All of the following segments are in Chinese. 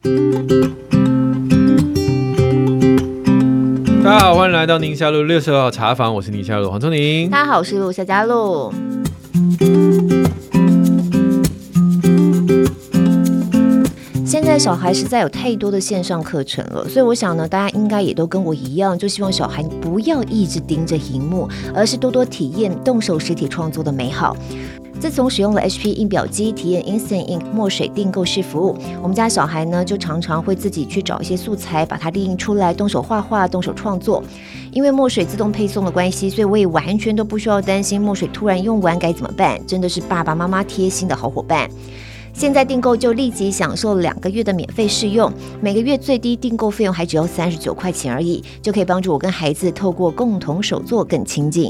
大家好，欢迎来到宁夏路62号茶坊，我是宁夏路黄聪宁。 大家好，我是陆夏佳璐。现在小孩实在有太多的线上课程了，所以我想呢，大家应该也都跟我一样，就希望小孩不要一直盯着荧幕，而是多多体验动手实体创作的美好。自从使用了 HP 印表机体验 Instant Ink 墨水订购式服务，我们家小孩呢就常常会自己去找一些素材，把它列印出来，动手画画，动手创作。因为墨水自动配送的关系，所以我也完全都不需要担心墨水突然用完该怎么办，真的是爸爸妈妈贴心的好伙伴。现在订购就立即享受2个月的免费试用，每个月最低订购费用还只要39块钱而已，就可以帮助我跟孩子透过共同手作更亲近。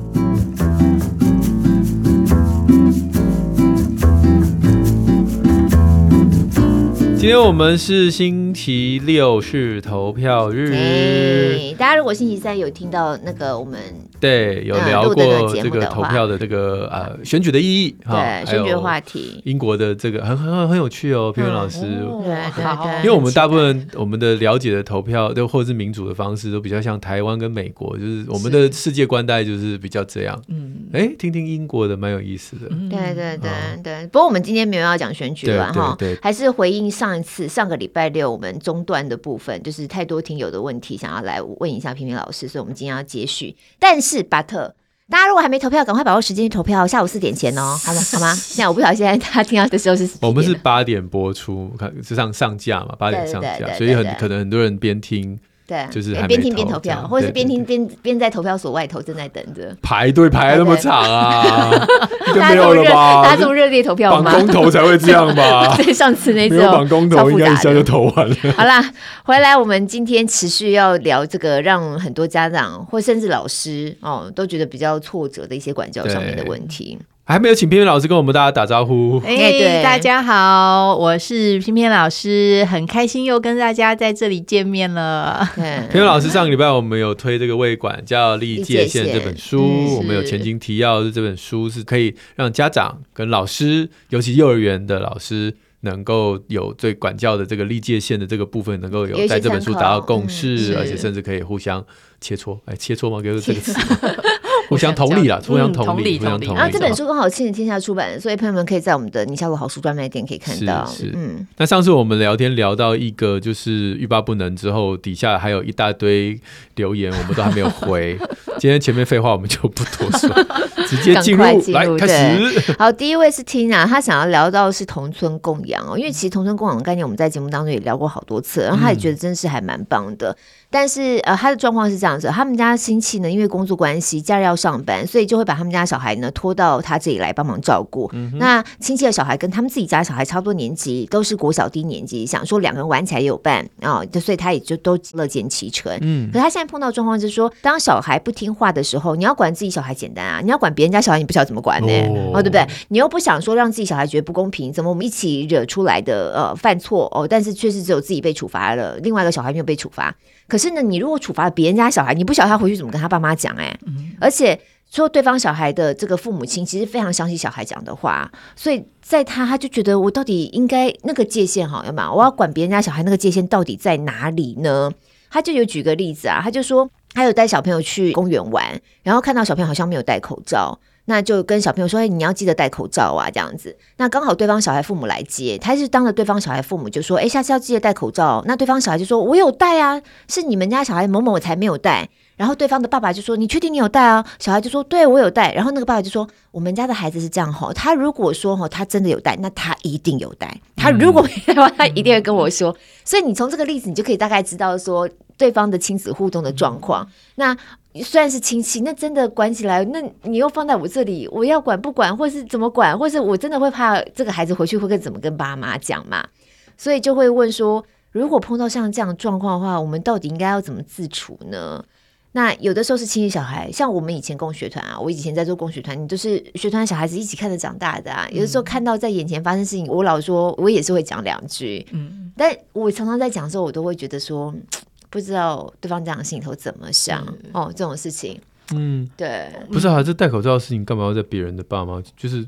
今天我们是星期六，是投票日。 大家如果星期三有听到那个我们对有聊过这个投票的这个选举的意义， 对选举的话题， 英国的这个很有趣哦，评论老师。 对， 因为我们大部分我们的了解的投票，或者是民主的方式，都比较像台湾跟美国，就是我们的世界观大概就是比较这样。听听英国的蛮有意思的。 对。不过我们今天没有要讲选举了哈，还是回应上个礼拜六我们中断的部分，就是太多听友的问题想要来问一下平平老师，所以我们今天要接续。但是大家如果还没投票，赶快把握时间去投票，下午4点前哦，好吗？现在我不晓得现在大家听到的时候是几点了。 我们是8点播出，是上架嘛，8点上架，所以可能很多人边听。对，就是边听边投票，或者是边听边在投票所外头正在等着排队排那么长啊，应该没有了吧？ 大家这么热烈投票吗？ 绑公投才会这样吧？ 对，上次那次没有绑公投，应该一下就投完了。 好啦，回来我们今天持续要聊这个让很多家长或甚至老师都觉得比较挫折的一些管教上面的问题。 还没有请偏偏老师跟我们大家打招呼。 对，大家好，我是偏偏老师，很开心又跟大家在这里见面了。 偏偏老师上个礼拜我们有推这个为管教立界限这本书，我们有前情提要，这本书是可以让家长跟老师，尤其幼儿园的老师，能够有对管教的这个立界限的这个部分，能够有在这本书达到共识，而且甚至可以互相切磋。切磋吗？给我这个词。互相同理啦，互相同理。 然后这本书刚好亲子天下出版，所以朋友们可以在我们的宁夏路好书专卖店可以看到。 那上次我们聊天聊到一个就是欲罢不能之后，底下还有一大堆留言，我们都还没有回。今天前面废话我们就不多说，直接进入来开始。 好，第一位是 Tina， 她想要聊到是同村共养因为其实同村共养的概念我们在节目当中也聊过好多次，然后她也觉得真是还蛮棒的。但是他的状况是这样子，他们家亲戚呢，因为工作关系，假日要上班，所以就会把他们家小孩呢拖到他这里来帮忙照顾。那亲戚的小孩跟他们自己家小孩差不多年纪，都是国小低年级，想说2个人玩起来也有伴所以他也就都乐见其成。可是他现在碰到的状况就是说，当小孩不听话的时候，你要管自己小孩简单啊，你要管别人家小孩，你不晓得怎么管呢？对不对？你又不想说让自己小孩觉得不公平，怎么我们一起惹出来的犯错但是确实只有自己被处罚了，另外一个小孩没有被处罚。可是呢，你如果处罚了别人家小孩，你不晓得他回去怎么跟他爸妈讲而且说对方小孩的这个父母亲其实非常相信小孩讲的话，所以在他就觉得我到底应该那个界限好吗？我要管别人家小孩那个界限到底在哪里呢？他就有举个例子他就说他有带小朋友去公园玩，然后看到小朋友好像没有戴口罩，那就跟小朋友说你要记得戴口罩这样子。那刚好对方小孩父母来接，他是当着对方小孩父母就说下次要记得戴口罩。那对方小孩就说我有戴啊，是你们家小孩某某才没有戴。然后对方的爸爸就说你确定你有戴啊？小孩就说对，我有戴。然后那个爸爸就说我们家的孩子是这样他如果说他真的有戴，那他一定有戴，他如果没戴的话他一定会跟我说。所以你从这个例子你就可以大概知道说对方的亲子互动的状况。那虽然是亲戚，那真的管起来，那你又放在我这里，我要管不管，或是怎么管，或是我真的会怕这个孩子回去会怎么跟爸妈讲嘛？所以就会问说，如果碰到像这样的状况的话，我们到底应该要怎么自处呢？那有的时候是亲戚小孩，像我们以前共学团我以前在做共学团，你都是学团小孩子一起看着长大的有的时候看到在眼前发生事情，我老说我也是会讲2句但我常常在讲的时候，我都会觉得说不知道对方这样心里头怎么想这种事情对， 不是这戴口罩的事情干嘛要在别人的爸妈就是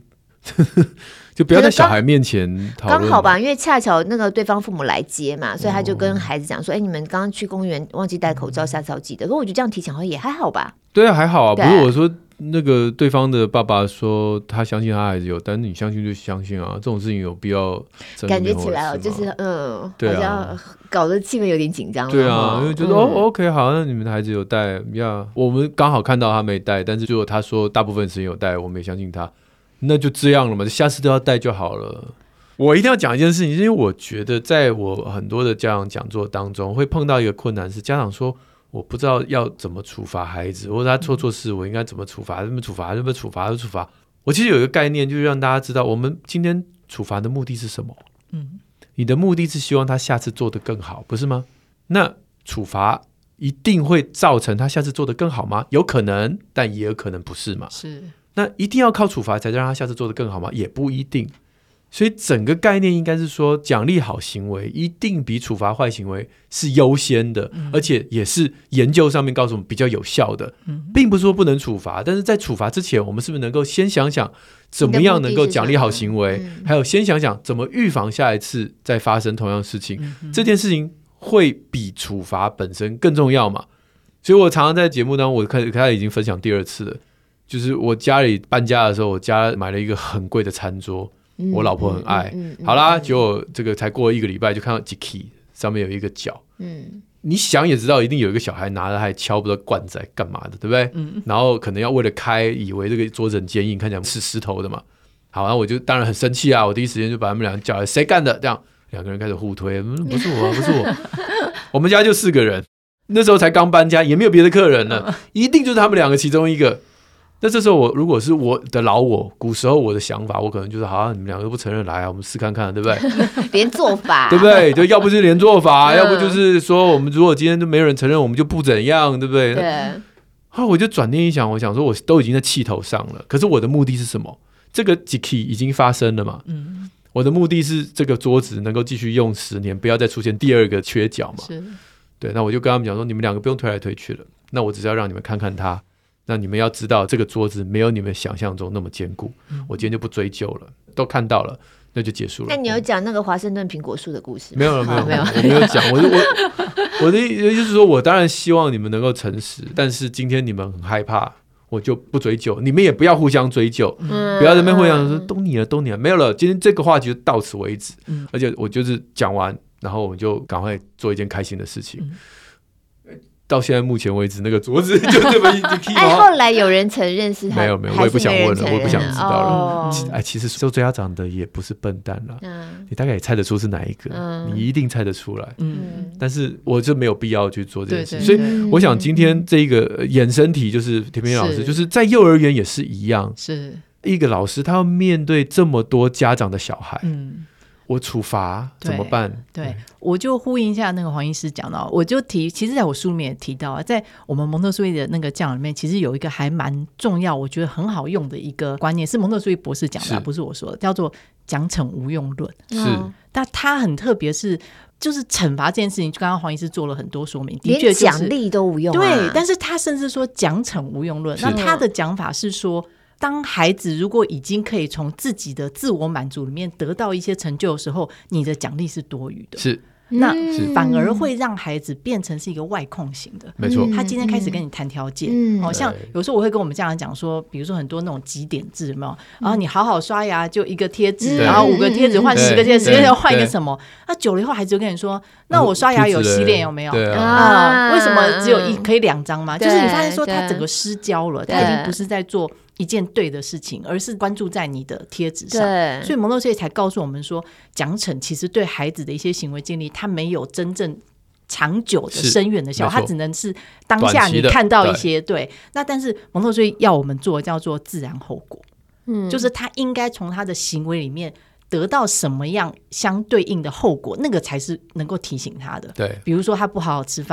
就不要在小孩面前讨论。 刚好吧，因为恰巧那个对方父母来接嘛，所以他就跟孩子讲说：“你们刚刚去公园忘记戴口罩，下次要记得。”可我觉得这样提醒好像也还好吧。 对啊，还好啊，不是我说那个对方的爸爸说他相信他孩子有，但是你相信就相信啊，这种事情有必要感觉起来就是好像搞得气氛有点紧张了。 对啊，因为觉得OK 好，那你们的孩子有戴呀，我们刚好看到他没戴，但是如果他说大部分时间有戴，我们也相信他，那就这样了嘛，下次都要戴就好了。我一定要讲一件事情，因为我觉得在我很多的家长讲座当中会碰到一个困难是家长说我不知道要怎么处罚孩子，或者他做错事我应该怎么处罚，怎么处罚，怎么处罚，处罚。我其实有一个概念，就是让大家知道我们今天处罚的目的是什么。你的目的是希望他下次做得更好，不是吗？那处罚一定会造成他下次做得更好吗？有可能，但也有可能不是嘛。 是。 那一定要靠处罚才让他下次做得更好吗？也不一定。所以整个概念应该是说，奖励好行为一定比处罚坏行为是优先的，而且也是研究上面告诉我们比较有效的，并不是说不能处罚，但是在处罚之前，我们是不是能够先想想怎么样能够奖励好行为，还有先想想怎么预防下一次再发生同样的事情，这件事情会比处罚本身更重要嘛？所以我常常在节目当中，我开始已经分享第2次了，就是我家里搬家的时候，我家买了一个很贵的餐桌。我老婆很爱，好啦，结果这个才过1个礼拜就看到 Jiki 上面有一个角，你想也知道一定有一个小孩拿着还敲不知道罐子干嘛的，对不对？然后可能要为了开，以为这个桌子很坚硬，看起来是石头的嘛。好，然后我就当然很生气啊，我第一时间就把他们两个叫来，谁干的？这样2个人开始互推，不是我，不是我，我们家就4个人，那时候才刚搬家，也没有别的客人呢，一定就是他们2个其中一个。那这时候如果是我的老我，古时候我的想法，我可能就是好，你们2个都不承认，来啊，我们试看看，对不对？ 连做法， 对不对？就要不就是连做法，要不就是说我们如果今天都没有人承认，我们就不怎样，对不对？ 对。 后来我就转念一想，我想说我都已经在气头上了，可是我的目的是什么？这个 Jiki 已经发生了嘛？我的目的是这个桌子能够继续用10年，不要再出现第2个缺角嘛。是。对，那我就跟他们讲说，你们2个不用推来推去了，那我只是要让你们看看它。那你们要知道这个桌子没有你们想象中那么坚固，我今天就不追究了，都看到了，那就结束了。 那你有讲那个华盛顿苹果树的故事吗？ 没有，我没有讲。我的意思就是说，我当然希望你们能够诚实，但是今天你们很害怕，我就不追究，你们也不要互相追究，不要在那边互相说都你了，没有了，今天这个话题就到此为止。而且我就是讲完，然后我们就赶快做一件开心的事情。到现在目前为止，那个桌子就这么一直踢。 后来有人承认是他， 没有，我也不想问了，我也不想知道了。其实做家长的也不是笨蛋啦，你大概也猜得出是哪一个，你一定猜得出来。但是我就没有必要去做这件事，所以我想今天这个衍生题就是田平老师，就是在幼儿园也是一样，是一个老师他要面对这么多家长的小孩。我处罚怎么办？ 对，我就呼应一下那个黄医师讲到，我就提，其实在我书里面也提到啊，在我们蒙特梭利的那个教养里面，其实有一个还蛮重要，我觉得很好用的一个观念，是蒙特梭利博士讲的，不是我说的，叫做奖惩无用论。是，但他很特别是。就是惩罚这件事情，刚刚黄医师做了很多说明，的确就是连奖励都无用。 对，但是他甚至说奖惩无用论。那他的讲法是说，当孩子如果已经可以从自己的自我满足里面得到一些成就的时候，你的奖励是多余的。是。那反而会让孩子变成是一个外控型的， 没错。 他今天开始跟你谈条件，像有时候我会跟我们家长讲说，比如说很多那种集点制，有没有？然后你好好刷牙就1个贴纸，然后5个贴纸换10个贴纸，10个贴纸换一个什么？那久了以后，孩子就跟你说，那我刷牙有洗脸有没有？为什么只有可以2张吗？就是你发现说他整个失焦了，他已经不是在做一件对的事情，而是关注在你的贴纸上。所以蒙特梭利才告诉我们说，奖惩其实对孩子的一些行为建立，它没有真正长久的深远的效果，它只能是当下你看到一些 对。那但是蒙特梭利要我们做的叫做自然后果，就是他应该从他的行为里面得到什么样相对应的后果，那个才是能够提醒他的。对，比如说他不好好吃饭，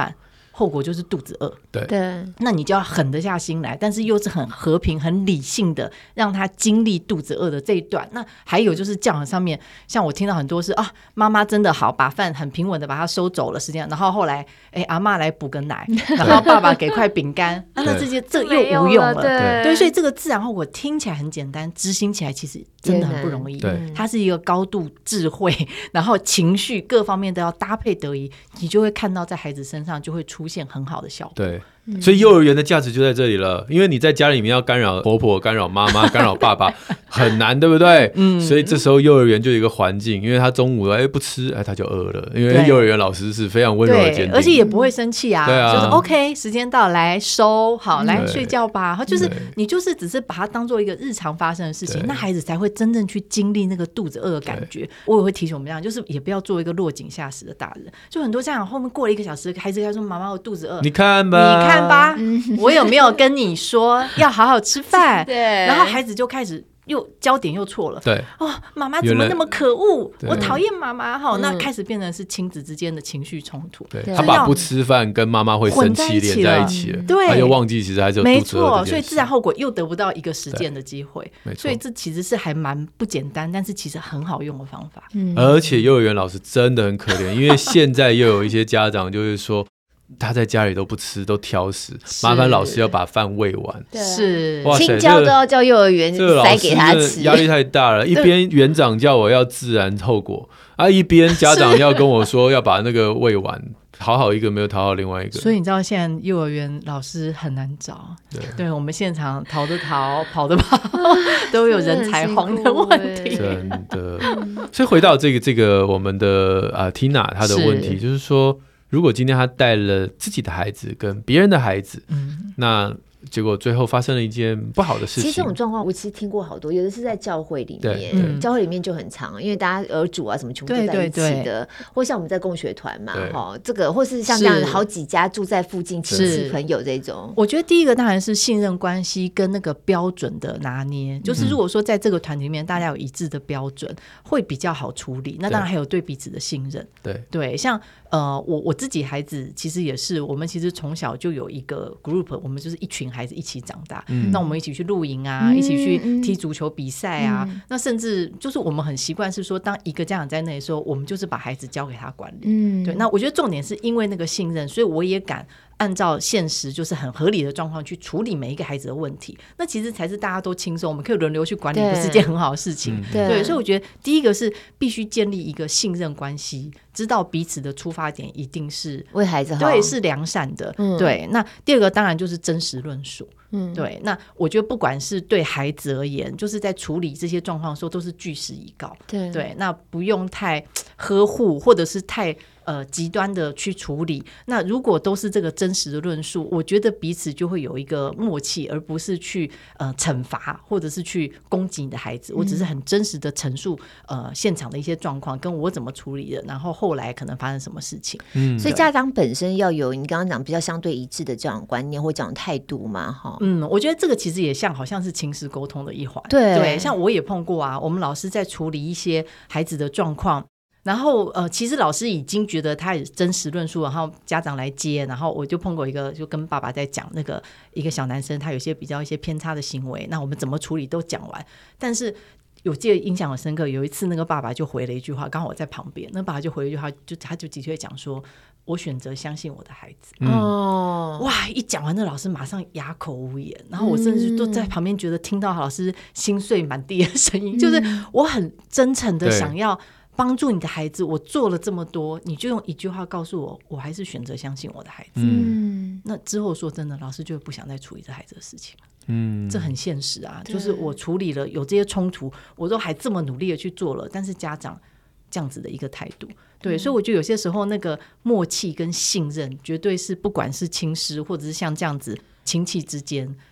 后果就是肚子饿。 对， 那你就要狠得下心来，但是又是很和平很理性的让他经历肚子饿的这一段。那还有就是教养上面，像我听到很多是妈妈真的好把饭很平稳的把它收走了是这样，然后后来阿嬷来补个奶，然后爸爸给块饼干那这又无用了。对，所以这个自然后果听起来很简单，执行起来其实真的很不容易。它是一个高度智慧，然后情绪各方面都要搭配得宜，你就会看到在孩子身上就会出现很好的效果。 对，所以幼儿园的价值就在这里了，因为你在家里面要干扰婆婆、干扰妈妈、干扰爸爸很难，对不对？所以这时候幼儿园就有一个环境，因为他中午不吃，他就饿了，因为幼儿园老师是非常温柔的坚定， 而且也不会生气啊， 就是 OK 时间到来收好来睡觉吧，就是你就是只是把它当做一个日常发生的事情，那孩子才会真正去经历那个肚子饿的感觉。我也会提醒我们这样，就是也不要做一个落井下石的大人，就很多家长后面过了1个小时，孩子开始说妈妈我肚子饿， 你看吧我有没有跟你说要好好吃饭对， 然后孩子就开始又焦点又错了， 对妈妈怎么那么可恶，我讨厌妈妈那开始变成是亲子之间的情绪冲突。 对，他把不吃饭跟妈妈会生气连在一起了，对，他就忘记其实还是有肚子饿。没错， 所以自然后果又得不到一个实践的机会，所以这其实是还蛮不简单，但是其实很好用的方法。 而且幼儿园老师真的很可怜，因为现在又有一些家长就是说他在家里都不吃，都挑食，麻烦老师要把饭喂完。 是， 青椒都要叫幼儿园塞给他吃， 压力太大了。一边园长叫我要自然后果一边家长要跟我说要把那个喂完，讨好一个没有讨好另外一个。 所以你知道现在幼儿园老师很难找，对我们现场逃的逃，跑的跑，都有人才荒的问题， 真的。所以回到这个我们的Tina 她的问题，就是说，如果今天他带了自己的孩子跟别人的孩子，那结果最后发生了一件不好的事情。 其实这种状况我其实听过好多，有的是在教会里面，教会里面就很常，因为大家儿主啊什么全部都在一起的，或像我们在共学团嘛，这个或是像这样好几家住在附近亲戚朋友这种。 我觉得第一个当然是信任关系跟那个标准的拿捏，就是如果说在这个团体里面大家有一致的标准，会比较好处理。那当然还有对彼此的信任。对，像我自己孩子其实也是，我们其实从小就有一个 group， 我们就是一群孩子一起长大，那我们一起去露营啊，一起去踢足球比赛啊，那甚至就是我们很习惯是说，当一个家长在那里的时候，我们就是把孩子交给他管理。对，那我觉得重点是因为那个信任，所以我也敢按照现实就是很合理的状况去处理每一个孩子的问题，那其实才是大家都轻松，我们可以轮流去管理，不是件很好的事情。对，所以我觉得第一个是必须建立一个信任关系，知道彼此的出发点一定是为孩子好， 对，是良善的。对，那第二个当然就是真实论述。对，那我觉得不管是对孩子而言，就是在处理这些状况的时候都是据实以告。对，那不用太呵护或者是太极端的去处理。那如果都是这个真实的论述，我觉得彼此就会有一个默契，而不是去惩罚或者是去攻击你的孩子。我只是很真实的陈述现场的一些状况，跟我怎么处理的，然后后来可能发生什么事情。 所以家长本身要有你刚刚讲比较相对一致的这样观念或这样态度嘛，哈。 我觉得这个其实也好像是亲师沟通的一环。 对， 像我也碰过啊，我们老师在处理一些孩子的状况，然后其实老师已经觉得他也真实论述，然后家长来接，然后我就碰过一个，就跟爸爸在讲那个一个小男生，他有些比较一些偏差的行为，那我们怎么处理都讲完，但是有记得印象很深刻，有一次那个爸爸就回了一句话，刚好我在旁边，那爸爸就回了一句话，他就的确讲说，我选择相信我的孩子。哇！一讲完，那老师马上哑口无言，然后我甚至都在旁边觉得听到老师心碎满地的声音，就是我很真诚的想要帮助你的孩子，我做了这么多，你就用一句话告诉我，我还是选择相信我的孩子。那之后说真的，老师就不想再处理这孩子的事情了。这很现实啊，就是我处理了有这些冲突，我都还这么努力的去做了，但是家长这样子的一个态度。对，所以我觉得有些时候那个默契跟信任绝对是不管是亲师或者是像这样子亲戚之间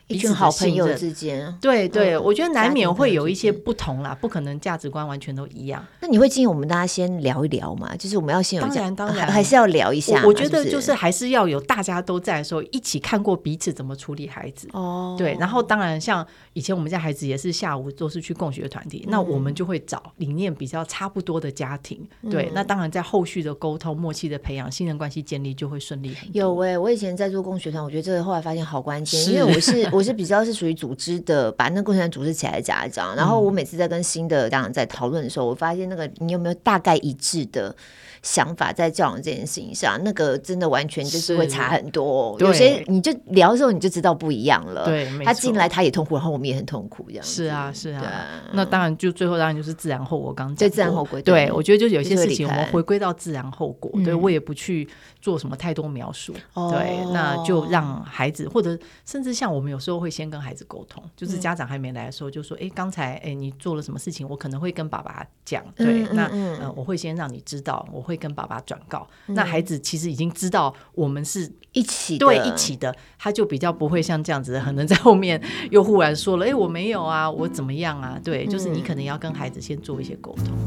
一群好朋友之间， 对对，我觉得难免会有一些不同啦，不可能价值观完全都一样。 那你会建议我们大家先聊一聊吗？就是我们要先有当然还是要聊一下。 我觉得就是还是要有大家都在的时候，一起看过彼此怎么处理孩子。对，然后当然像以前我们家孩子也是下午都是去共学团体，那我们就会找理念比较差不多的家庭。对，那当然在后续的沟通、默契的培养、信任关系建立就会顺利很多。 有我以前在做共学团，我觉得这个后来发现好关键，因为我是比较是属于组织的，把那个共学团组织起来的家长，然后我每次在跟新的家长在讨论的时候，我发现那个你有没有大概一致的想法在教养这件事情上，那个真的完全就是会差很多。有些你就聊的时候你就知道不一样了。 对， 他进来他也痛苦，然后我们也很痛苦，这样子。 是啊。那当然就最后当然就是自然后果。刚讲对自然后果。 对，我觉得就有些事情我们回归到自然后果。对，我也不去做什么太多描述。对，那就让孩子或者甚至像我们有时候会先跟孩子沟通，就是家长还没来的时候就说，刚才你做了什么事情，我可能会跟爸爸讲。对，那我会先让你知道，我会跟爸爸转告。那孩子其实已经知道我们是一起的， 对，一起的，他就比较不会像这样子可能在后面又忽然说了我没有啊，我怎么样啊。对，就是你可能要跟孩子先做一些沟通。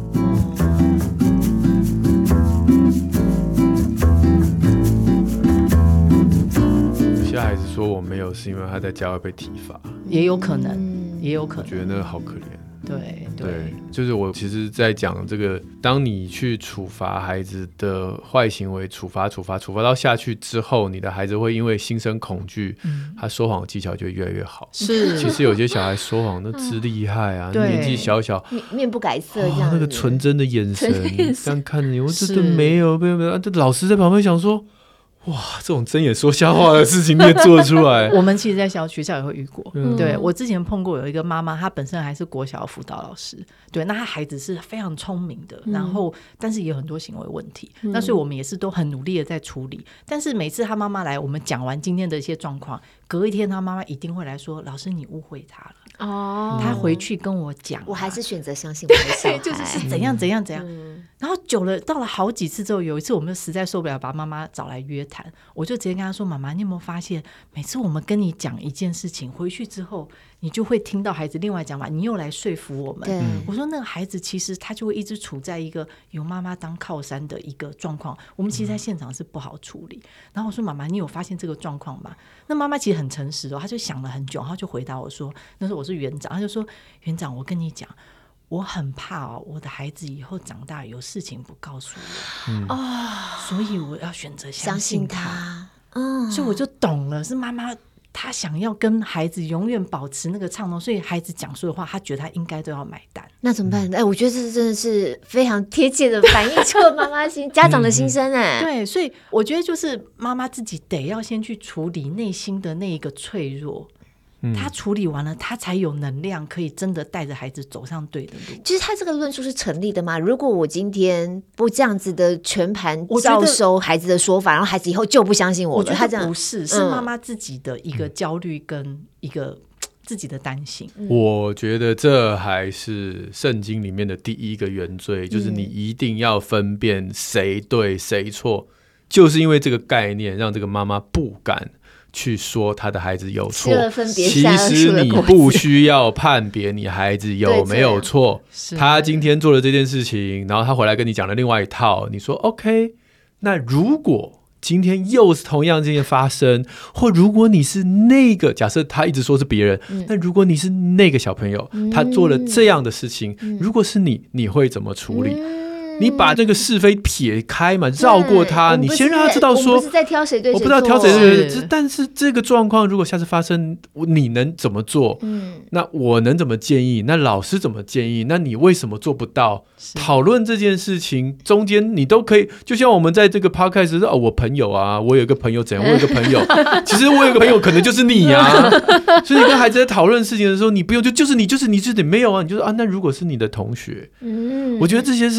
有些孩子说我没有是因为他在家会被体罚， 也有可能。我觉得那个好可怜。 对， 就是我其实在讲这个，当你去处罚孩子的坏行为，处罚到下去之后，你的孩子会因为心生恐惧，他说谎的技巧就会越来越好。 是， 其实有些小孩说谎那之厉害啊，年纪小小面不改色这样子， 那个纯真的眼神这样看着你，我真的没有，这老师在旁边想说，哇，这种睁眼说瞎话的事情你也做得出来。 我们其实在学校也会遇过。对，我之前碰过有一个妈妈，她本身还是国小辅导老师。对，那她孩子是非常聪明的，然后但是也有很多行为问题。那所以我们也是都很努力的在处理。但是每次她妈妈来，我们讲完今天的一些状况，隔一天她妈妈一定会来说，老师你误会她了。他回去跟我讲， 我还是选择相信我的小孩， 就是怎样。然后久了，到了好几次之后，有一次我们就实在受不了，把妈妈找来约谈。我就直接跟他说，妈妈，你有没有发现，每次我们跟你讲一件事情，回去之后你就会听到孩子另外讲法，你又来说服我们。我说那个孩子其实他就会一直处在一个有妈妈当靠山的一个状况，我们其实在现场是不好处理。然后我说，妈妈，你有发现这个状况吗？那妈妈其实很诚实他就想了很久，然后就回答我说，那时候我是园长，他就说，园长，我跟你讲，我很怕我的孩子以后长大有事情不告诉我，所以我要选择相信他。所以我就懂了，是妈妈她想要跟孩子永远保持那个畅通，所以孩子讲说的话，她觉得他应该都要买单。 那怎么办？我觉得这真的是非常贴切的反映出了妈妈家长的心声。 对，所以我觉得就是妈妈自己得要先去处理内心的那一个脆弱。他处理完了，他才有能量可以真的带着孩子走上对的路。 其实他这个论述是成立的吗？如果我今天不这样子的全盘照收孩子的说法，然后孩子以后就不相信我了， 我觉得不是，是妈妈自己的一个焦虑跟一个自己的担心。 我觉得这还是圣经里面的第一个原罪，就是你一定要分辨谁对谁错，就是因为这个概念让这个妈妈不敢去说他的孩子有错，其实你不需要判别你孩子有没有错。他今天做了这件事情，然后他回来跟你讲了另外一套，你说 OK， 那如果今天又是同样这件发生，或如果你是那个，假设他一直说是别人，那如果你是那个小朋友，他做了这样的事情，如果是你会怎么处理？你把这个是非撇开嘛，绕过他，你先让他知道说， 我不是在挑谁对谁错， 我不知道挑谁对谁，但是这个状况如果下次发生，你能怎么做？那我能怎么建议？那老师怎么建议？那你为什么做不到？讨论这件事情中间，你都可以，就像我们在这个 podcast 说，我朋友啊，我有一个朋友怎样，我有一个朋友，其实我有一个朋友可能就是你啊，所以你跟孩子在讨论事情的时候，你不用就是你没有啊，你就说啊，那如果是你的同学，我觉得这些事情是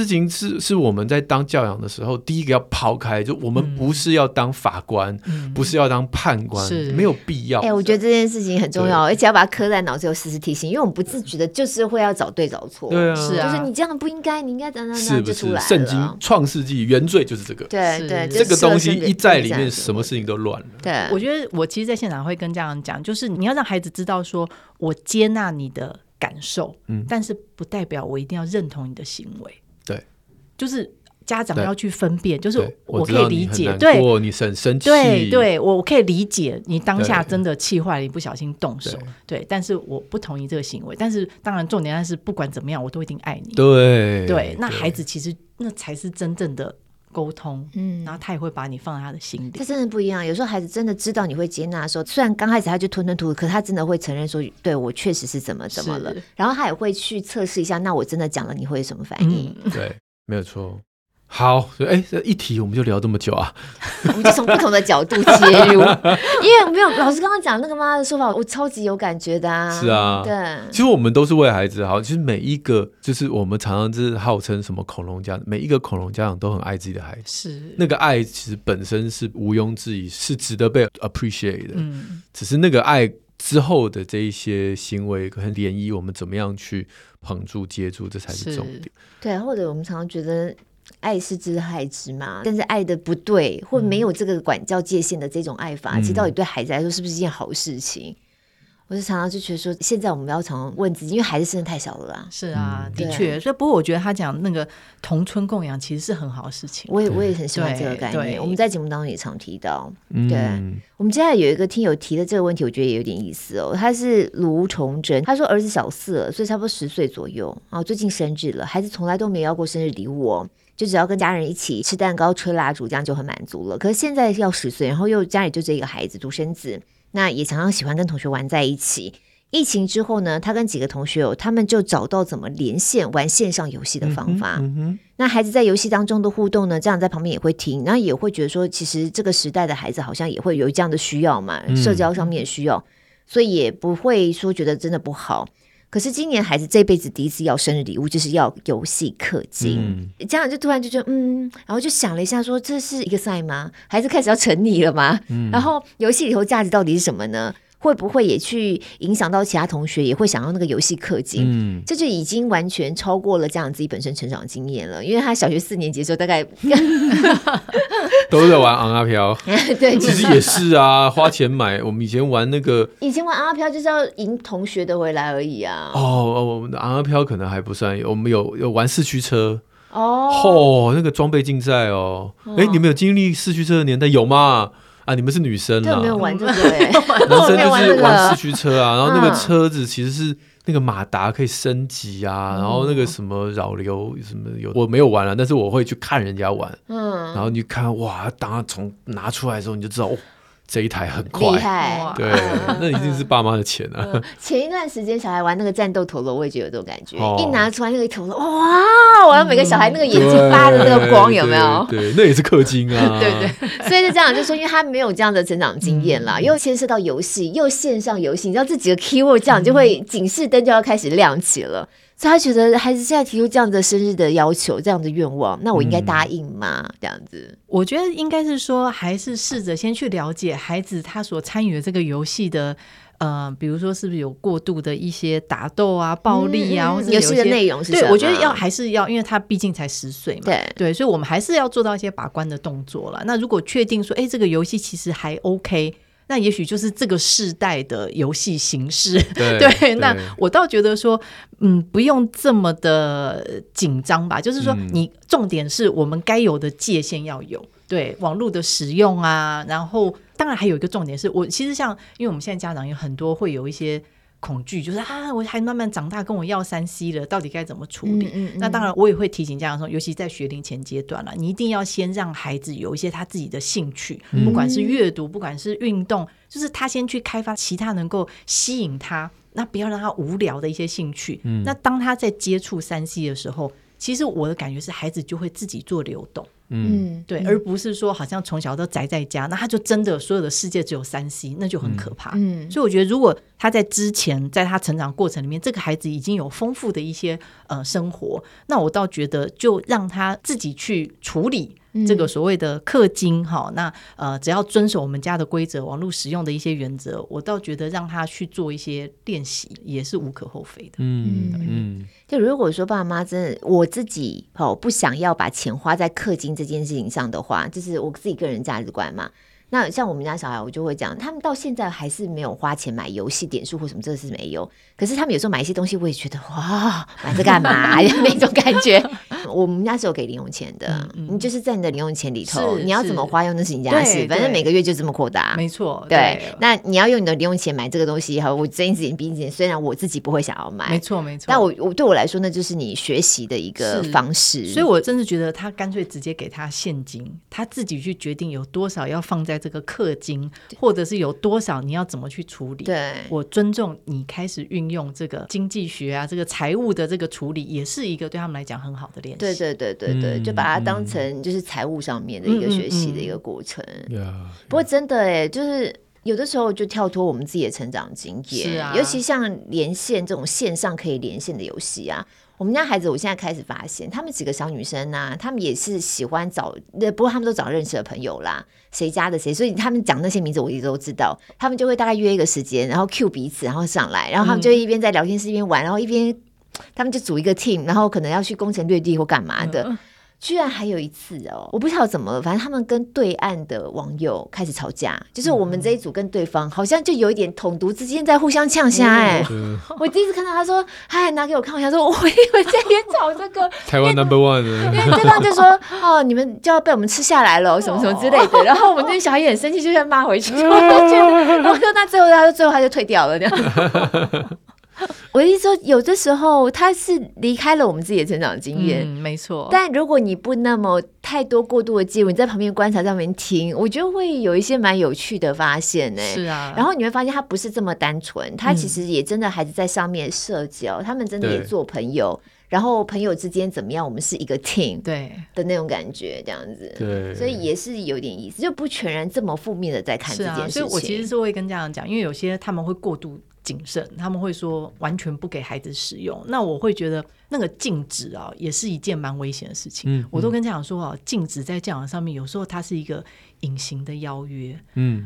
是我们在当教养的时候第一个要抛开，就我们不是要当法官，不是要当判官，没有必要。 我觉得这件事情很重要，而且要把它刻在脑子，有时时提醒，因为我们不自觉的就是会要找对找错。 对啊， 是啊，就是你这样不应该，你应该等等等就出来了。 圣经创世纪原罪就是这个。 对对， 这个东西一在里面，什么事情都乱了。 对， 我觉得我其实在现场会跟家长讲，就是你要让孩子知道说，我接纳你的感受，但是不代表我一定要认同你的行为。 对， 就是家长要去分辨，就是我可以理解， 对，你很生气， 对，我可以理解你当下真的气坏了，你不小心动手，对，但是我不同意这个行为。但是当然重点是不管怎么样，我都一定爱你。对，那孩子其实那才是真正的沟通，然后他也会把你放在他的心里。 这真的不一样，有时候孩子真的知道你会接纳的时候，虽然刚开始他就吞吞吐吐，可他真的会承认说，对，我确实是怎么了，然后他也会去测试一下，那我真的讲了你会有什么反应。 对，没有错。好，这一题我们就聊这么久啊， 我们就从不同的角度切入，因为没有老师刚刚讲那个妈妈的说法，我超级有感觉的啊。 是啊， 对， 其实我们都是为孩子好，其实每一个就是我们常常就是号称什么恐龙家长，每一个恐龙家长都很爱自己的孩子， 是那个爱其实本身是毋庸置疑，是值得被 appreciate 的，只是那个爱之后的这一些行为和涟漪，我们怎么样去捧住接住，这才是重点。 对，或者我们常常觉得爱是知害之嘛，但是爱的不对或没有这个管教界限的这种爱法，其实到底对孩子来说是不是一件好事情？我就常常就觉得说，现在我们要常常问自己，因为孩子真的太小了啦。 是啊，的确。所以不过我觉得他讲那个同村共养其实是很好的事情。 我也很喜欢这个概念，我们在节目当中也常提到。对，我们接下来有一个听友提的这个问题，我觉得也有点意思哦。他是卢崇祯，他说儿子小4了，所以差不多10岁左右啊，最近生日了，孩子从来都没有要过生日礼物哦。就只要跟家人一起吃蛋糕吹蜡烛，这样就很满足了。可是现在要10岁，然后又家里就这一个孩子独生子，那也常常喜欢跟同学玩在一起。疫情之后呢，他跟几个同学他们就找到怎么连线玩线上游戏的方法。那孩子在游戏当中的互动呢，家长在旁边也会听，然后也会觉得说，其实这个时代的孩子好像也会有这样的需要嘛，社交上面的需要，所以也不会说觉得真的不好。可是今年孩子这辈子第一次要生日礼物，就是要游戏氪金。家长就突然就觉得然后就想了一下说，这是一个 sign 吗？孩子开始要沉溺了吗？然后游戏里头价值到底是什么呢？会不会也去影响到其他同学也会想要那个游戏氪金？这就已经完全超过了家长自己本身成长经验了。因为他小学4年级的时候大概都在玩昂阿飘对， 其实也是啊，花钱买。我们以前玩那个， 以前玩昂阿飘就是要赢同学的回来而已啊。 我们的昂阿飘可能还不算，我们有玩四驱车那个装备竞赛你们有经历四驱车的年代有吗？你们是女生啊， 没有玩这个男生就是玩四驱车啊，然后那个车子其实是那个马达可以升级啊，然后那个什么扰流什么我没有玩了，但是我会去看人家玩，然后你看哇，当他从拿出来的时候，你就知道这一台很快， 厉害， 对，那一定是爸妈的钱啊。 前一段时间小孩玩那个战斗陀螺，我也觉得有这种感觉，一拿出来那个陀螺，哇！我要每个小孩那个眼睛发的那个光，有没有？ 对，那也是氪金啊。 对，所以就这样，就说因为他没有这样的成长经验啦，又牵涉到游戏，又线上游戏，你知道这几个 keyword 这样就会警示灯就要开始亮起了。所以他觉得孩子现在提出这样的生日的要求，这样的愿望，那我应该答应吗？这样子， 我觉得应该是说，还是试着先去了解孩子他所参与的这个游戏的。比如说是不是有过度的一些打斗啊、暴力啊，或者游戏的内容是什么？ 对，我觉得还是要，因为他毕竟才10岁嘛， 对， 所以我们还是要做到一些把关的动作了。那如果确定说，这个游戏其实还 OK。那也许就是这个世代的游戏形式，对。那我倒觉得说，不用这么的紧张吧。就是说，你重点是我们该有的界限要有，对网络的使用啊。然后，当然还有一个重点是，我其实像，因为我们现在家长有很多会有一些恐惧，就是我还慢慢长大，跟我要3C 了，到底该怎么处理？那当然，我也会提醒家长说，尤其在学龄前阶段了，你一定要先让孩子有一些他自己的兴趣，不管是阅读，不管是运动，就是他先去开发其他能够吸引他，那不要让他无聊的一些兴趣。那当他在接触3C 的时候， 其实我的感觉是孩子就会自己做流动，对，而不是说好像从小都宅在家，那他就真的所有的世界只有 3C， 那就很可怕。所以我觉得如果他在之前在他成长过程里面，这个孩子已经有丰富的一些生活，那我倒觉得就让他自己去处理这个所谓的氪金那只要遵守我们家的规则，网络使用的一些原则，我倒觉得让他去做一些练习也是无可厚非的。 就如果说爸爸妈妈真的我自己不想要把钱花在氪金这件事情上的话，就是我自己个人价值观嘛。那像我们家小孩，我就会讲，他们到现在还是没有花钱买游戏点数或什么，这是没有。可是他们有时候买一些东西，我也觉得哇，买这干嘛那种感觉。我们家是有给零用钱的，你就是在你的零用钱里头，你要怎么花用那是你家的事，反正每个月就这么扩大。 没错， 对。那你要用你的零用钱买这个东西，我睁一只眼闭一只眼，虽然我自己不会想要买， 没错没错， 但我对我来说，那就是你学习的一个方式。 所以我真的觉得他干脆直接给他现金，他自己去决定有多少要放在这个氪金，或者是有多少你要怎么去处理。 对， 我尊重你开始运用这个经济学啊，这个财务的这个处理，也是一个对他们来讲很好的练习。 对对对对对，就把它当成就是财务上面的一个学习的一个过程。不过真的就是有的时候就跳脱我们自己的成长经验，尤其像连线这种线上可以连线的游戏啊。我们家孩子，我现在开始发现，他们几个小女生啊，他们也是喜欢找，不过他们都找认识的朋友啦，谁家的谁，所以他们讲那些名字我也都知道。他们就会大概约一个时间，然后 cue 彼此，然后上来，然后他们就一边在聊天室一边玩，然后一边他们就组一个 team， 然后可能要去攻城略地或干嘛的。居然还有一次我不知道怎么了，反正他们跟对岸的网友开始吵架，就是我们这一组跟对方好像就有一点统独之间在互相呛虾我第一次看到他说嗨拿给我看，我想说我以为在边吵这个台湾 No.1 因为对方就说你们就要被我们吃下来了什么什么之类的，然后我们那小孩也很生气，就在骂回去然后那最后他就退掉了这样我的意思说，有的时候他是离开了我们自己的成长经验， 没错。 但如果你不那么太多过度的介入，你在旁边观察，在旁边听，我觉得会有一些蛮有趣的发现是啊。 然后你会发现他不是这么单纯，他其实也真的孩子在上面社交，他们真的也做朋友，然后朋友之间怎么样，我们是一个 team 对的那种感觉，这样子。 对， 所以也是有点意思，就不全然这么负面的在看这件事情。 所以我其实是会跟家长讲，因为有些他们会过度谨慎，他们会说完全不给孩子使用，那我会觉得那个禁止也是一件蛮危险的事情。我都跟家长说禁止在教养上面有时候它是一个隐形的邀约。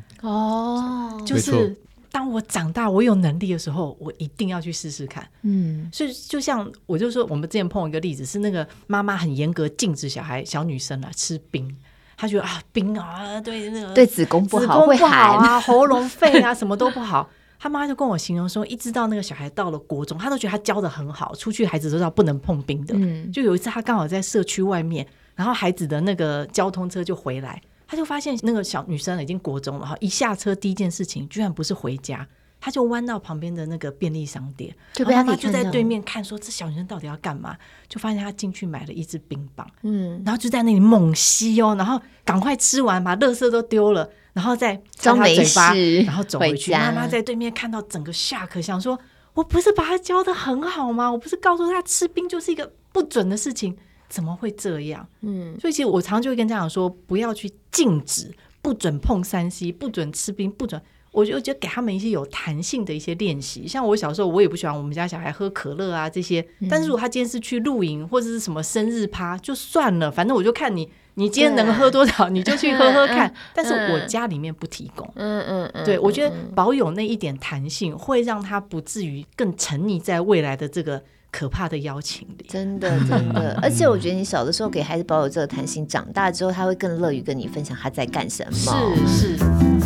就是当我长大我有能力的时候，我一定要去试试看。所以就像我就说，我们之前碰一个例子是那个妈妈很严格禁止小女生吃冰，她觉得冰对那个对子宫不好，会寒喉咙肺什么都不好。他妈就跟我形容说，一直到那个小孩到了国中，他都觉得他教得很好，出去孩子都知道不能碰冰的。就有一次他刚好在社区外面，然后孩子的那个交通车就回来，他就发现那个小女生已经国中了，一下车第一件事情居然不是回家，他就弯到旁边的那个便利商店，就被他妈就在对面看说这小女生到底要干嘛，就发现他进去买了一支冰棒，然后就在那里猛吸然后赶快吃完，把垃圾都丢了，然后再擦他嘴巴，然后走回去。妈妈在对面看到整个 shock， 想说我不是把他教得很好吗？我不是告诉他吃冰就是一个不准的事情，怎么会这样？所以其实我常常就会跟家长说，不要去禁止，不准碰3C， 不准吃冰，不准。我就觉得给他们一些有弹性的一些练习，像我小时候我也不喜欢我们家小孩喝可乐这些，但是如果他今天是去露营或者是什么生日趴就算了，反正我就看你今天能喝多少你就去喝喝看，但是我家里面不提供。对，我觉得保有那一点弹性会让他不至于更沉溺在未来的这个可怕的邀请里。 真的而且我觉得你小的时候给孩子保有这个弹性，长大之后他会更乐于跟你分享他在干什么。 是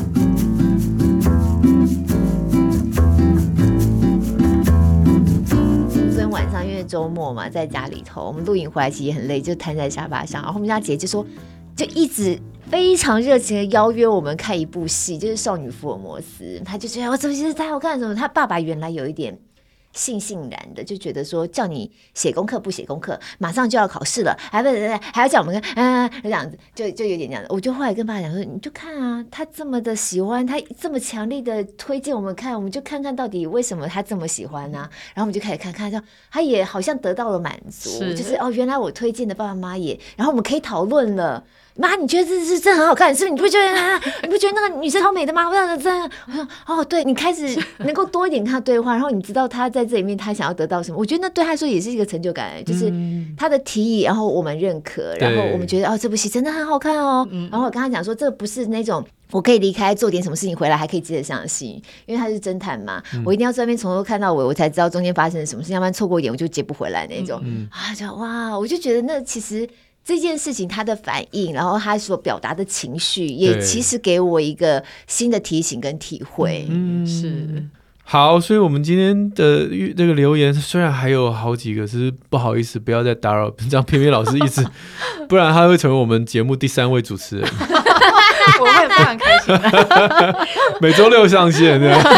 晚上因为周末嘛，在家里头，我们露营回来其实也很累，就瘫在沙发上。然后我们家姐就说，就一直非常热情的邀约我们看一部戏，就是《少女福尔摩斯》。她就觉得这部戏太好看什么。她爸爸原来有一点悻然的，就觉得说叫你写功课不写功课，马上就要考试了，还要叫我们这样子，就有点这样子。我就后来跟爸爸讲说，你就看啊，他这么的喜欢，他这么强力的推荐我们看，我们就看看到底为什么他这么喜欢啊。然后我们就开始看到他也好像得到了满足，就是原来我推荐的爸爸妈妈也，然后我们可以讨论了。妈，你觉得这是真很好看，是不是？你不觉得那个女生好美的吗？我说对，你开始能够多一点跟他对话，然后你知道他在这里面他想要得到什么。我觉得那对他来说也是一个成就感，就是他的提议，然后我们认可，然后我们觉得这部戏真的很好看哦。然后我跟他讲说，这不是那种我可以离开做点什么事情回来还可以接得上的戏，因为他是侦探嘛，我一定要在那边从头看到尾，我才知道中间发生了什么事，要不然错过一点我就接不回来那种。就哇，我就觉得那其实。这件事情他的反应，然后他所表达的情绪，也其实给我一个新的提醒跟体会。 是好，所以我们今天的这个留言虽然还有好几个，是不好意思不要再打扰，这样偏偏老师一直不然他会成为我们节目第3位主持人。 我会非常开心的。 每周6上线。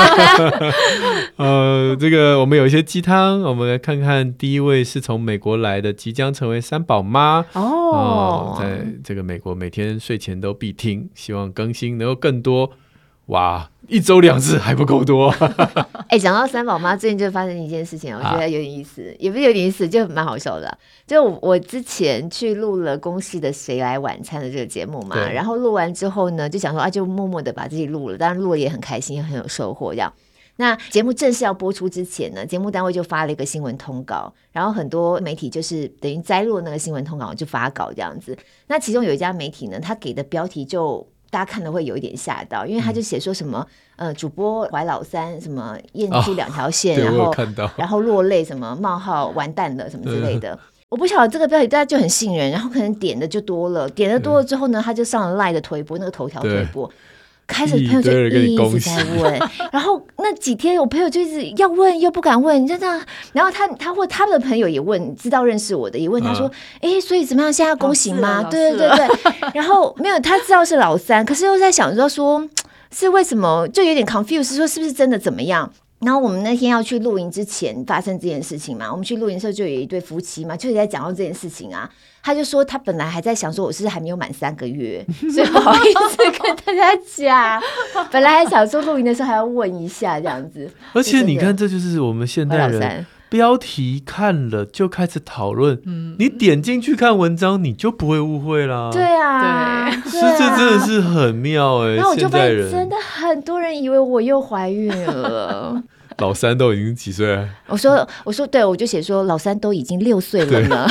这个我们有一些鸡汤，我们来看看。第一位是从美国来的，即将成为3宝妈在这个美国每天睡前都必听，希望更新能够更多。哇，1周2次还不够多。 讲到3宝妈，最近就发生一件事情，我觉得有点意思，也不是有点意思，就蛮好笑的。就我之前去录了公视的《谁来晚餐》的这个节目嘛，然后录完之后呢，就想说就默默的把自己录了，当然录了也很开心，也很有收获这样。那节目正式要播出之前呢，节目单位就发了一个新闻通稿，然后很多媒体就是等于摘录那个新闻通稿就发稿这样子。那其中有一家媒体呢，他给的标题就大家看了会有一点吓到，因为他就写说什么主播怀老三，什么验出2条线，然后落泪，什么冒号完蛋了什么之类的。我不晓得这个标题大家就很信任，然后可能点的就多了，点的多了之后呢，他就上了 LINE 的推播，那个头条推播。开始朋友就一直在问，然后那几天我朋友就一直要问又不敢问，就这样。然后他或他的朋友也问，知道认识我的也问他说，所以怎么样？现在要公行吗？对。然后没有，他知道是老三，可是又在想说是为什么，就有点 confused， 说是不是真的怎么样？然后我们那天要去露营之前发生这件事情嘛，我们去露营的时候就有一对夫妻嘛，就也在讲到这件事情啊。他就说他本来还在想说我是还没有满3个月，所以不好意思跟大家讲，本来还想说露营的时候还要问一下这样子。 而且你看，这就是我们现代人标题看了就开始讨论，你点进去看文章你就不会误会啦。 对啊， 这真的是很妙然后我就发现真的很多人以为我又怀孕了。 老三都已经几岁了？我说对，我就写说老三都已经6岁了呢。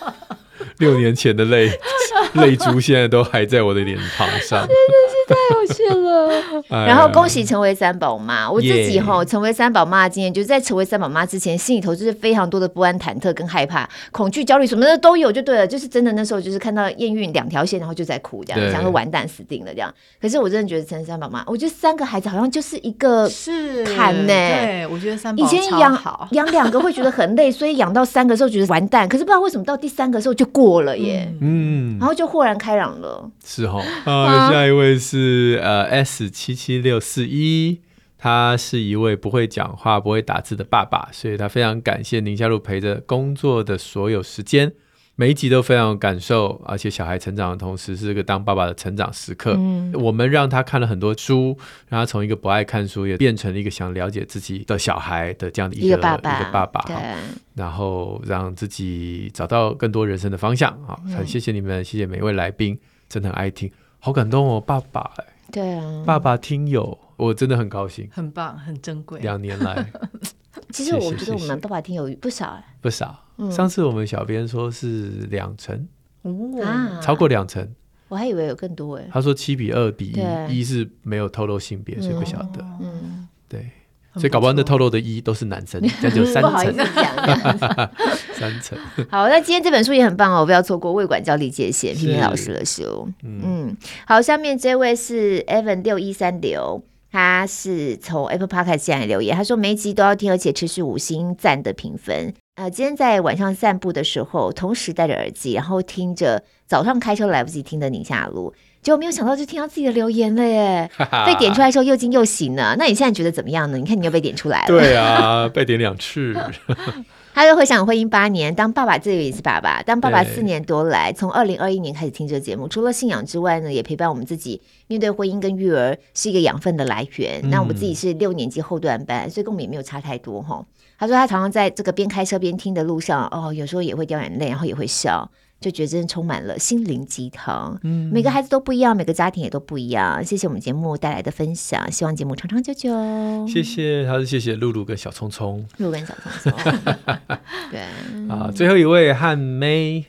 6年前的泪珠现在都还在我的脸庞上， 真的是太有趣了。然后恭喜成为3宝妈，我自己成为3宝妈的经验，就是在成为3宝妈之前，心里头就是非常多的不安、忐忑跟害怕、恐惧、焦虑什么的都有，就对了。就是真的那时候就是看到验孕2条线，然后就在哭这样，想说完蛋死定了这样。可是我真的觉得成为3宝妈，我觉得3个孩子好像就是一个坎呢。 对，我觉得3宝以前养2个会觉得很累，所以养到3个时候觉得完蛋，可是不知道为什么到第3个时候就过了耶，然后就豁然开朗了。 是下一位是S77641，他是一位不会讲话不会打字的爸爸，所以他非常感谢宁夏路陪着工作的所有时间，每一集都非常有感受，而且小孩成长的同时是个当爸爸的成长时刻。我们让他看了很多书，让他从一个不爱看书也变成了一个想了解自己的小孩的这样的一个爸爸，然后让自己找到更多人生的方向。很谢谢你们，谢谢每一位来宾，真的很爱听，好感动哦，爸爸对啊， 爸爸听友，我真的很高兴， 很棒，很珍贵。 2年来其实我觉得我们爸爸听友不少不少。上次我们小编说是2成超过2成， 我还以为有更多他说7:2比1是没有透露性别，所以不晓得。对，所以搞不好那透露的1都是男生，这样就3成。 不好意思 3成。 好，那今天这本书也很棒哦，不要错过《卫管教理界限》，平平老师的书。好，下面这位是 Evan6136。他是从 Apple Podcast 进来留言，他说每一集都要听，而且持续5星赞的评分。今天在晚上散步的时候，同时戴着耳机，然后听着早上开车来不及听的宁夏路， 结果没有想到就听到自己的留言了耶，被点出来的时候又惊又喜呢。那你现在觉得怎么样呢？你看你又被点出来了。 对啊，被点2次。 他就回想婚姻8年，当爸爸，这个也是爸爸，当爸爸4年多来，从2021年开始听这个节目，除了信仰之外呢，也陪伴我们自己面对婚姻跟育儿是一个养分的来源。那我们自己是6年级后段班，所以跟我们也没有差太多哈。他说他常常在这个边开车边听的路上，有时候也会掉眼泪，然后也会笑。就觉得真的充满了心灵鸡汤。每个孩子都不一样，每个家庭也都不一样。谢谢我们节目带来的分享，希望节目长长久久。 谢谢，他是谢谢露露跟小聪聪， 露露跟小聪聪。对最后一位汉妹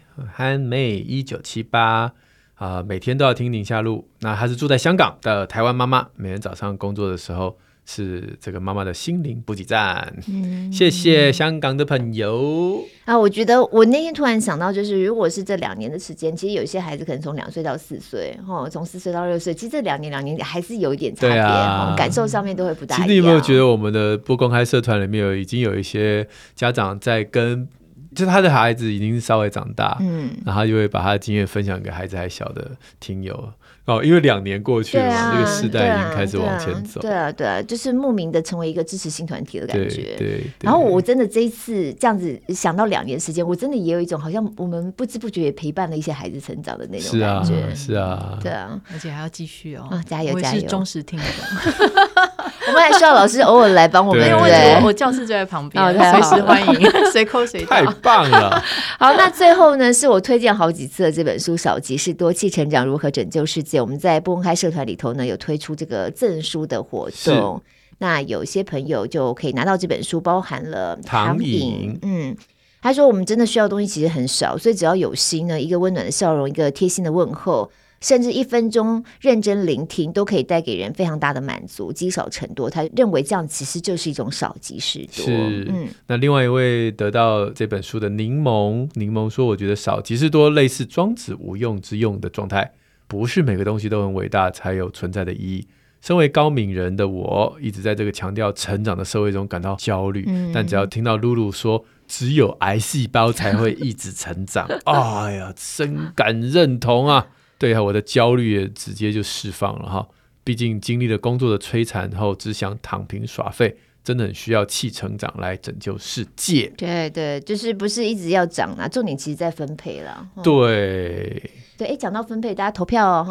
1978每天都要听宁夏路。那她是住在香港的台湾妈妈，每天早上工作的时候是这个妈妈的心灵补给站。谢谢香港的朋友我觉得我那天突然想到，就是如果是这2年的时间，其实有些孩子可能从2岁到4岁，从4岁到6岁，其实这2年还是有一点差别，感受上面都会不大一样。 其实你有没有觉得我们的不公开社团里面已经有一些家长在跟，就是他的孩子已经稍微长大，然后他就会把他的经验分享给孩子还小的听友。因为2年过去了，这个世代已经开始往前走。 对啊，就是莫名的成为一个支持新团体的感觉。 对。 然后我真的这一次这样子想到2年时间，我真的也有一种好像我们不知不觉也陪伴了一些孩子成长的那种感觉。 是啊， 对啊， 而且还要继续加油！ 我也是忠实听众。 我们还需要老师偶尔来帮我们， 对，我教室就在旁边，随时欢迎，随口随到。 太棒了！ 好，那最后呢，是我推荐好几次的这本书《少即是多：气成长如何拯救世界》。我们在不公开社团里头呢，有推出这个赠书的活动。那有些朋友就可以拿到这本书，包含了糖饮。他说我们真的需要的东西其实很少，所以只要有心呢，一个温暖的笑容，一个贴心的问候，甚至1分钟认真聆听，都可以带给人非常大的满足，积少成多。他认为这样其实就是一种少即是多。 那另外一位得到这本书的柠檬说，我觉得少即是多类似庄子无用之用的状态，不是每个东西都很伟大才有存在的意义。身为高敏人的我，一直在这个强调成长的社会中感到焦虑，但只要听到露露说只有癌细胞才会一直成长，哎呀，深感认同啊！对啊，我的焦虑也直接就释放了哈。毕竟经历了工作的摧残后，只想躺平耍废，真的很需要气成长来拯救世界。 对，就是不是一直要涨啦，重点其实在分配啦。对，讲到分配，大家投票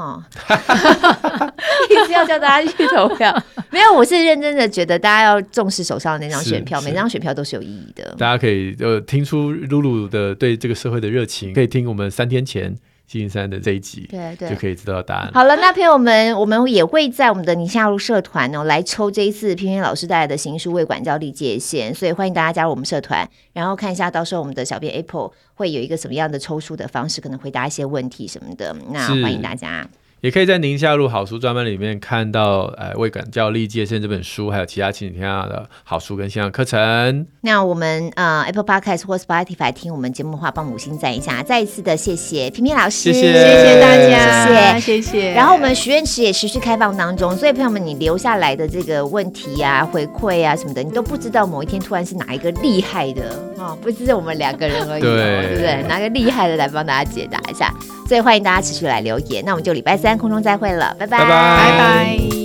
一直要叫大家去投票。没有，我是认真的觉得大家要重视手上的那张选票，每张选票都是有意义的。 大家可以听出露露的对这个社会的热情，可以听我们3天前星期3的这一集， 对， 就可以知道答案。 好了，那朋友们，我们也会在我们的宁夏路社团来抽这一次偏偏老师带来的新书《为管教立界限》，所以欢迎大家加入我们社团，然后看一下到时候我们的小编 Apple 会有一个什么样的抽书的方式，可能回答一些问题什么的。那欢迎大家。也可以在宁夏路好书专门里面看到为管教立界限这本书，还有其他亲子天下的好书跟线上课程。那我们Apple Podcast 或 Spotify 听我们节目的话，帮5星赞一下。再一次的谢谢偏偏老师，谢谢大家，谢谢。然后我们许愿池也持续开放当中，所以朋友们，你留下来的这个问题啊、回馈啊什么的，你都不知道某一天突然是哪一个厉害的不是我们2个人而已，对不对？哪个厉害的来帮大家解答一下。所以欢迎大家持续来留言。那我们就礼拜3空中再会了，拜拜。